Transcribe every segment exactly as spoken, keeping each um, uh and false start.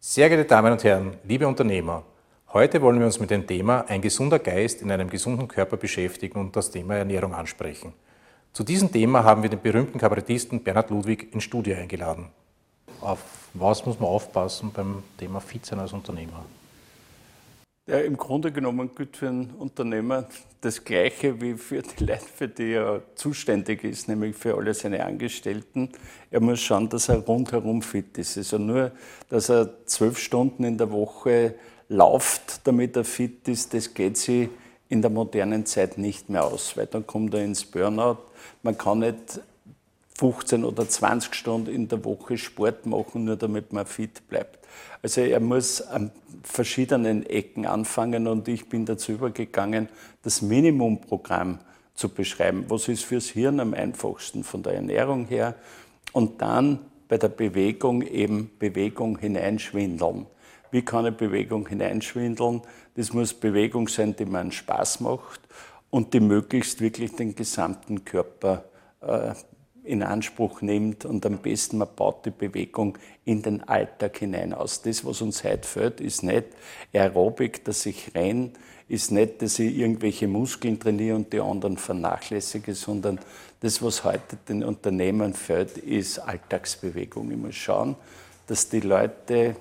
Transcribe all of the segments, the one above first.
Sehr geehrte Damen und Herren, liebe Unternehmer, heute wollen wir uns mit dem Thema ein gesunder Geist in einem gesunden Körper beschäftigen und das Thema Ernährung ansprechen. Zu diesem Thema haben wir den berühmten Kabarettisten Bernhard Ludwig ins Studio eingeladen. Auf was muss man aufpassen beim Thema Fit sein als Unternehmer? Ja, im Grunde genommen gilt für einen Unternehmer das Gleiche wie für die Leute, für die er zuständig ist, nämlich für alle seine Angestellten. Er muss schauen, dass er rundherum fit ist. Also nur, dass er zwölf Stunden in der Woche läuft, damit er fit ist, das geht sich in der modernen Zeit nicht mehr aus, weil dann kommt er ins Burnout. Man kann nicht fünfzehn oder zwanzig Stunden in der Woche Sport machen, nur damit man fit bleibt. Also er muss an verschiedenen Ecken anfangen und ich bin dazu übergegangen, das Minimumprogramm zu beschreiben. Was ist fürs Hirn am einfachsten von der Ernährung her? Und dann bei der Bewegung eben Bewegung hineinschwindeln. Wie kann ich Bewegung hineinschwindeln? Das muss Bewegung sein, die mir Spaß macht und die möglichst wirklich den gesamten Körper äh, in Anspruch nimmt und am besten man baut die Bewegung in den Alltag hinein aus. Das, was uns heute fehlt, ist nicht Aerobik, dass ich renne, ist nicht, dass ich irgendwelche Muskeln trainiere und die anderen vernachlässige, sondern das, was heute den Unternehmern fehlt, ist Alltagsbewegung. Ich muss schauen, dass die Leute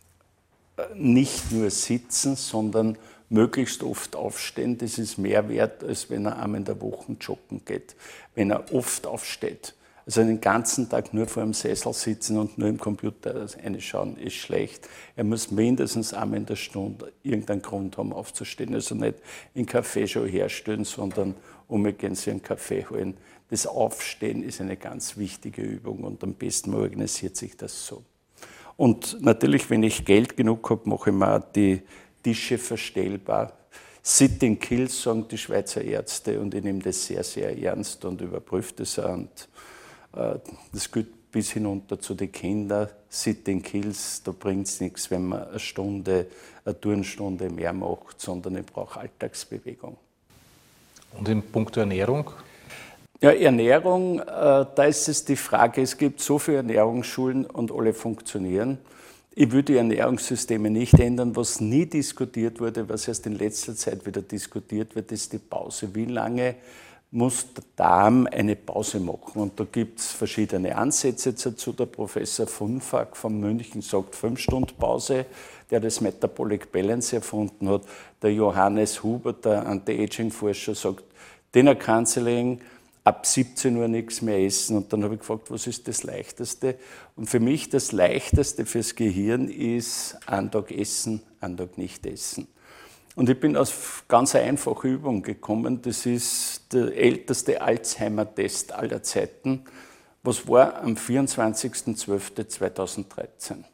nicht nur sitzen, sondern möglichst oft aufstehen. Das ist mehr wert, als wenn er einmal in der Woche joggen geht. Wenn er oft aufsteht. Also den ganzen Tag nur vor dem Sessel sitzen und nur im Computer reinschauen, ist schlecht. Er muss mindestens einmal in der Stunde irgendeinen Grund haben, aufzustehen. Also nicht in Kaffee schon herstellen, sondern umgehen sich einen Kaffee holen. Das Aufstehen ist eine ganz wichtige Übung und am besten organisiert sich das so. Und natürlich, wenn ich Geld genug habe, mache ich mir auch die Tische verstellbar. Sitting kills, sagen die Schweizer Ärzte, und ich nehme das sehr, sehr ernst und überprüfe das auch. Und äh, das gilt bis hinunter zu den Kindern. Sitting kills, da bringt es nichts, wenn man eine Stunde, eine Turnstunde mehr macht, sondern ich brauche Alltagsbewegung. Und in puncto Ernährung? Ja, Ernährung, äh, da ist es die Frage, es gibt so viele Ernährungsschulen und alle funktionieren. Ich würde die Ernährungssysteme nicht ändern. Was nie diskutiert wurde, was erst in letzter Zeit wieder diskutiert wird, ist die Pause. Wie lange muss der Darm eine Pause machen? Und da gibt es verschiedene Ansätze dazu. Der Professor Funfak von München sagt fünf Stunden Pause, der das Metabolic Balance erfunden hat. Der Johannes Huber, der Anti-Aging-Forscher, sagt Dinner Counseling, ab siebzehn Uhr nichts mehr essen. Und dann habe ich gefragt, was ist das Leichteste? Und für mich das Leichteste fürs Gehirn ist, einen Tag essen, einen Tag nicht essen. Und ich bin auf ganz einfache Übung gekommen. Das ist der älteste Alzheimer-Test aller Zeiten. Was war am vierundzwanzigsten zwölften zweitausenddreizehn?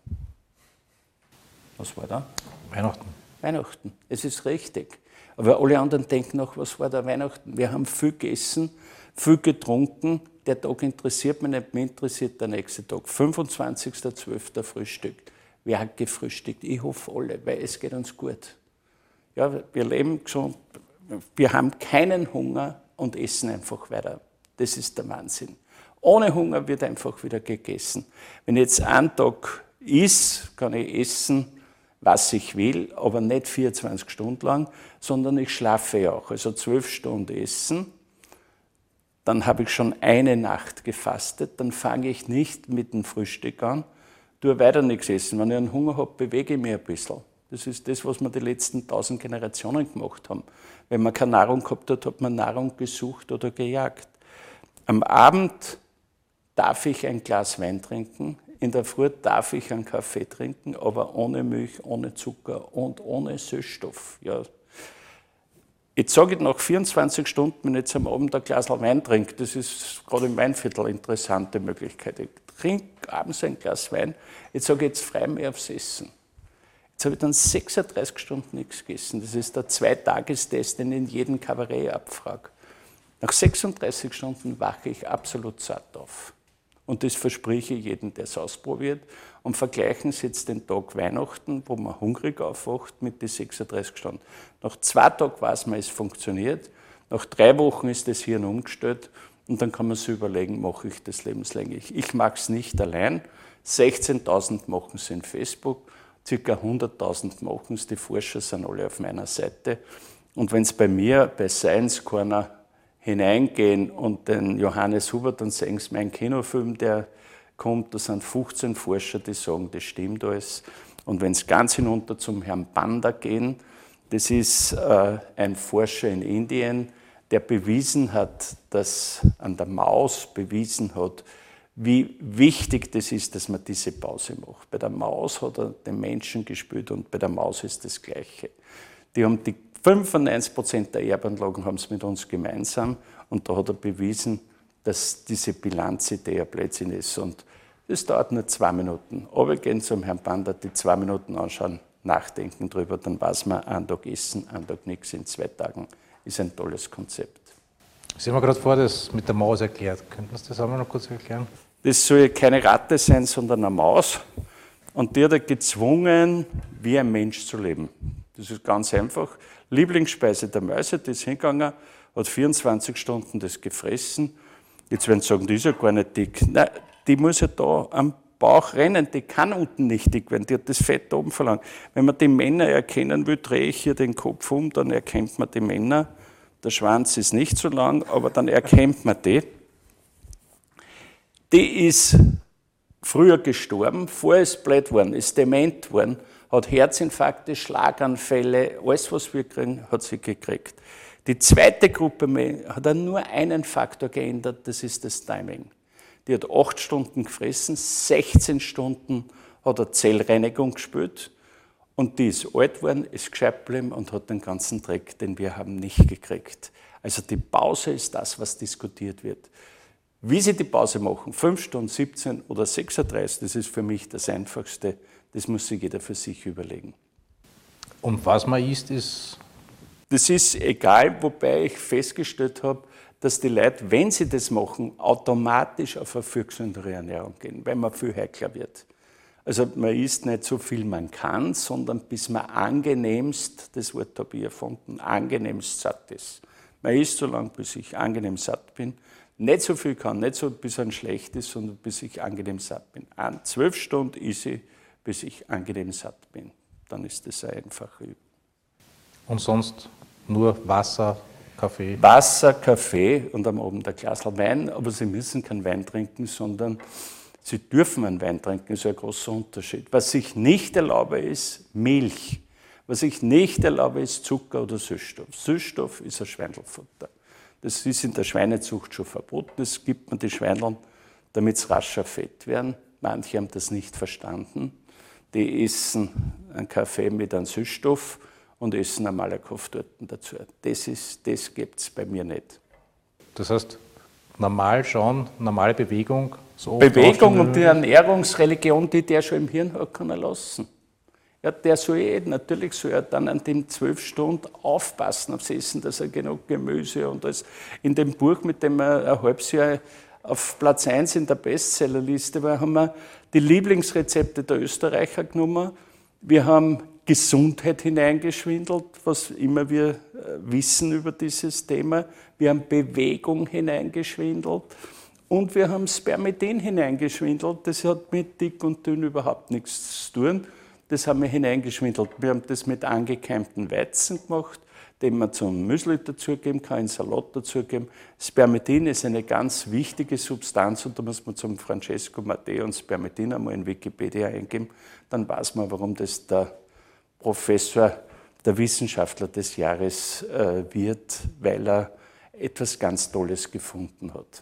Was war da? Weihnachten. Weihnachten, es ist richtig. Aber alle anderen denken noch, was war da Weihnachten? Wir haben viel gegessen, viel getrunken, der Tag interessiert mich nicht, mich interessiert der nächste Tag. fünfundzwanzigsten zwölften Frühstück. Wer hat gefrühstückt? Ich hoffe alle, weil es geht uns gut. Ja, wir leben gesund, wir haben keinen Hunger und essen einfach weiter. Das ist der Wahnsinn. Ohne Hunger wird einfach wieder gegessen. Wenn jetzt ein Tag ist, kann ich essen, was ich will, aber nicht vierundzwanzig Stunden lang, sondern ich schlafe ja auch. Also zwölf Stunden essen. Dann habe ich schon eine Nacht gefastet, dann fange ich nicht mit dem Frühstück an, tue weiter nichts essen. Wenn ich einen Hunger habe, bewege ich mich ein bisschen. Das ist das, was wir die letzten tausend Generationen gemacht haben. Wenn man keine Nahrung gehabt hat, hat man Nahrung gesucht oder gejagt. Am Abend darf ich ein Glas Wein trinken, in der Früh darf ich einen Kaffee trinken, aber ohne Milch, ohne Zucker und ohne Süßstoff. Ja. Jetzt sage ich nach vierundzwanzig Stunden, wenn ich jetzt am Abend ein Glas Wein trinke, das ist gerade im Weinviertel eine interessante Möglichkeit. Ich trinke abends ein Glas Wein, jetzt sage ich, jetzt freue ich mich aufs Essen. Jetzt habe ich dann sechsunddreißig Stunden nichts gegessen. Das ist der Zweitagestest, den ich in jedem Kabarett abfrage. Nach sechsunddreißig Stunden wache ich absolut satt auf. Und das verspreche ich jedem, der es ausprobiert. Und vergleichen Sie jetzt den Tag Weihnachten, wo man hungrig aufwacht, mit den sechsunddreißig Stunden. Nach zwei Tagen weiß man, es funktioniert. Nach drei Wochen ist das Hirn umgestellt. Und dann kann man sich überlegen, mache ich das lebenslänglich. Ich mache es nicht allein. sechzehntausend machen es in Facebook. Circa hunderttausend machen es, die Forscher sind alle auf meiner Seite. Und wenn es bei mir, bei Science Corner hineingehen und den Johannes Huber, dann sehen sie meinen Kinofilm, der kommt, da sind fünfzehn Forscher, die sagen, das stimmt alles. Und wenn es ganz hinunter zum Herrn Panda gehen, das ist äh, ein Forscher in Indien, der bewiesen hat, dass an der Maus bewiesen hat, wie wichtig das ist, dass man diese Pause macht. Bei der Maus hat er den Menschen gespürt und bei der Maus ist das Gleiche. Die haben die fünfundneunzig Prozent der Erbanlagen haben es mit uns gemeinsam und da hat er bewiesen, dass diese Bilanzidee ein Blödsinn ist. Und das dauert nur zwei Minuten. Aber wir gehen zum Herrn Panda, die zwei Minuten anschauen, nachdenken drüber, dann weiß man, einen Tag essen, einen Tag nichts in zwei Tagen. Ist ein tolles Konzept. Sie haben mir gerade vorher das mit der Maus erklärt. Könnten Sie das auch noch kurz erklären? Das soll keine Ratte sein, sondern eine Maus. Und die hat er gezwungen, wie ein Mensch zu leben. Das ist ganz einfach. Lieblingsspeise der Mäuse, die ist hingegangen, hat vierundzwanzig Stunden das gefressen. Jetzt werden Sie sagen, die ist ja gar nicht dick. Nein, die muss ja da am Bauch rennen, die kann unten nicht dick werden, die hat das Fett oben verlangt. Wenn man die Männer erkennen will, drehe ich hier den Kopf um, dann erkennt man die Männer. Der Schwanz ist nicht so lang, aber dann erkennt man die. Die ist früher gestorben, vorher ist blöd geworden, ist dement geworden, hat Herzinfarkte, Schlaganfälle, alles was wir kriegen, hat sie gekriegt. Die zweite Gruppe hat dann nur einen Faktor geändert, das ist das Timing. Die hat acht Stunden gefressen, sechzehn Stunden hat er Zellreinigung gespielt und die ist alt geworden, ist gescheit geblieben und hat den ganzen Dreck, den wir haben, nicht gekriegt. Also die Pause ist das, was diskutiert wird. Wie Sie die Pause machen, fünf Stunden, siebzehn oder sechsunddreißig, das ist für mich das Einfachste, das muss sich jeder für sich überlegen. Und was man isst, ist? Das ist egal, wobei ich festgestellt habe, dass die Leute, wenn sie das machen, automatisch auf eine viel gesündere Ernährung gehen, weil man viel heikler wird. Also man isst nicht so viel man kann, sondern bis man angenehmst, das Wort habe ich erfunden, angenehmst satt ist. Man isst so lange, bis ich angenehm satt bin. Nicht so viel kann, nicht so bis ein schlecht ist, sondern bis ich angenehm satt bin. An zwölf Stunden esse ich, bis ich angenehm satt bin. Dann ist das eine einfache Übung. Und sonst nur Wasser, Kaffee? Wasser, Kaffee und am Abend ein Glas Wein, aber Sie müssen keinen Wein trinken, sondern Sie dürfen einen Wein trinken, das ist ein großer Unterschied. Was ich nicht erlaube, ist Milch. Was ich nicht erlaube, ist Zucker oder Süßstoff. Süßstoff ist ein Schweindelfutter. Das ist in der Schweinezucht schon verboten. Das gibt man den Schweineln, damit sie rascher fett werden. Manche haben das nicht verstanden. Die essen einen Kaffee mit einem Süßstoff und essen eine Malakoff-Torten dazu. Das, ist, das gibt es bei mir nicht. Das heißt, normal schauen, normale Bewegung. So Bewegung und die Ernährungsreligion, die der schon im Hirn hat, kann er lassen. Ja, der soll eh, natürlich soll er dann an den zwölf Stunden aufpassen aufs Essen, dass er genug Gemüse und alles. In dem Buch, mit dem er ein halbes Jahr auf Platz eins in der Bestsellerliste war, haben wir die Lieblingsrezepte der Österreicher genommen. Wir haben Gesundheit hineingeschwindelt, was immer wir wissen über dieses Thema. Wir haben Bewegung hineingeschwindelt und wir haben Spermidin hineingeschwindelt. Das hat mit dick und dünn überhaupt nichts zu tun. Das haben wir hineingeschwindelt. Wir haben das mit angekeimten Weizen gemacht, den man zum Müsli dazugeben kann, einen Salat dazugeben. Spermidin ist eine ganz wichtige Substanz und da muss man zum Francesco Matteo und Spermidin einmal in Wikipedia eingeben. Dann weiß man, warum das der Professor, der Wissenschaftler des Jahres äh, wird, weil er etwas ganz Tolles gefunden hat.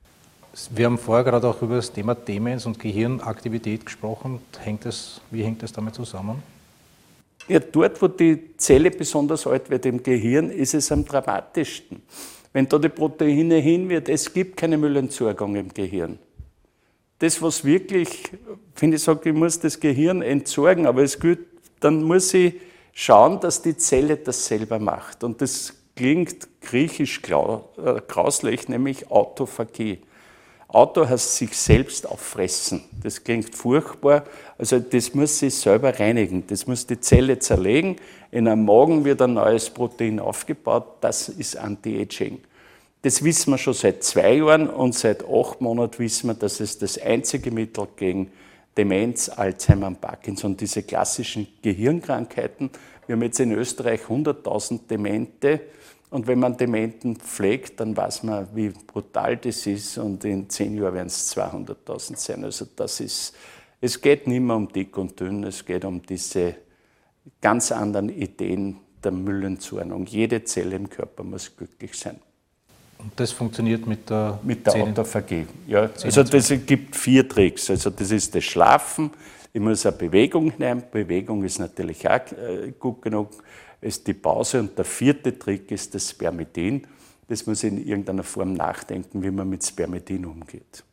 Wir haben vorher gerade auch über das Thema Demenz und Gehirnaktivität gesprochen. Hängt das, wie hängt das damit zusammen? Ja, dort, wo die Zelle besonders alt wird im Gehirn, ist es am dramatischsten. Wenn da die Proteine hin wird, es gibt keine Müllentsorgung im Gehirn. Das, was wirklich, finde ich, sage, ich muss das Gehirn entsorgen, aber es gilt, dann muss ich schauen, dass die Zelle das selber macht. Und das klingt griechisch grauslich, nämlich Autophagie. Auto heißt sich selbst auffressen. Das klingt furchtbar. Also das muss sich selber reinigen. Das muss die Zelle zerlegen. In einem Magen wird ein neues Protein aufgebaut. Das ist Anti-Aging. Das wissen wir schon seit zwei Jahren und seit acht Monaten wissen wir, dass es das einzige Mittel gegen Demenz, Alzheimer und Parkinson, diese klassischen Gehirnkrankheiten. Wir haben jetzt in Österreich hunderttausend Demente. Und wenn man Dementen pflegt, dann weiß man, wie brutal das ist. Und in zehn Jahren werden es zweihunderttausend sein. Also das ist, es geht nicht mehr um dick und dünn, es geht um diese ganz anderen Ideen der Müllentzuordnung. Jede Zelle im Körper muss glücklich sein. Und das funktioniert mit der, mit der Autophagie. Ja, also das gibt vier Tricks. Also das ist das Schlafen, ich muss eine Bewegung hinein. Bewegung ist natürlich auch gut genug. Es ist die Pause und der vierte Trick ist das Spermidin. Das muss in irgendeiner Form nachdenken, wie man mit Spermidin umgeht.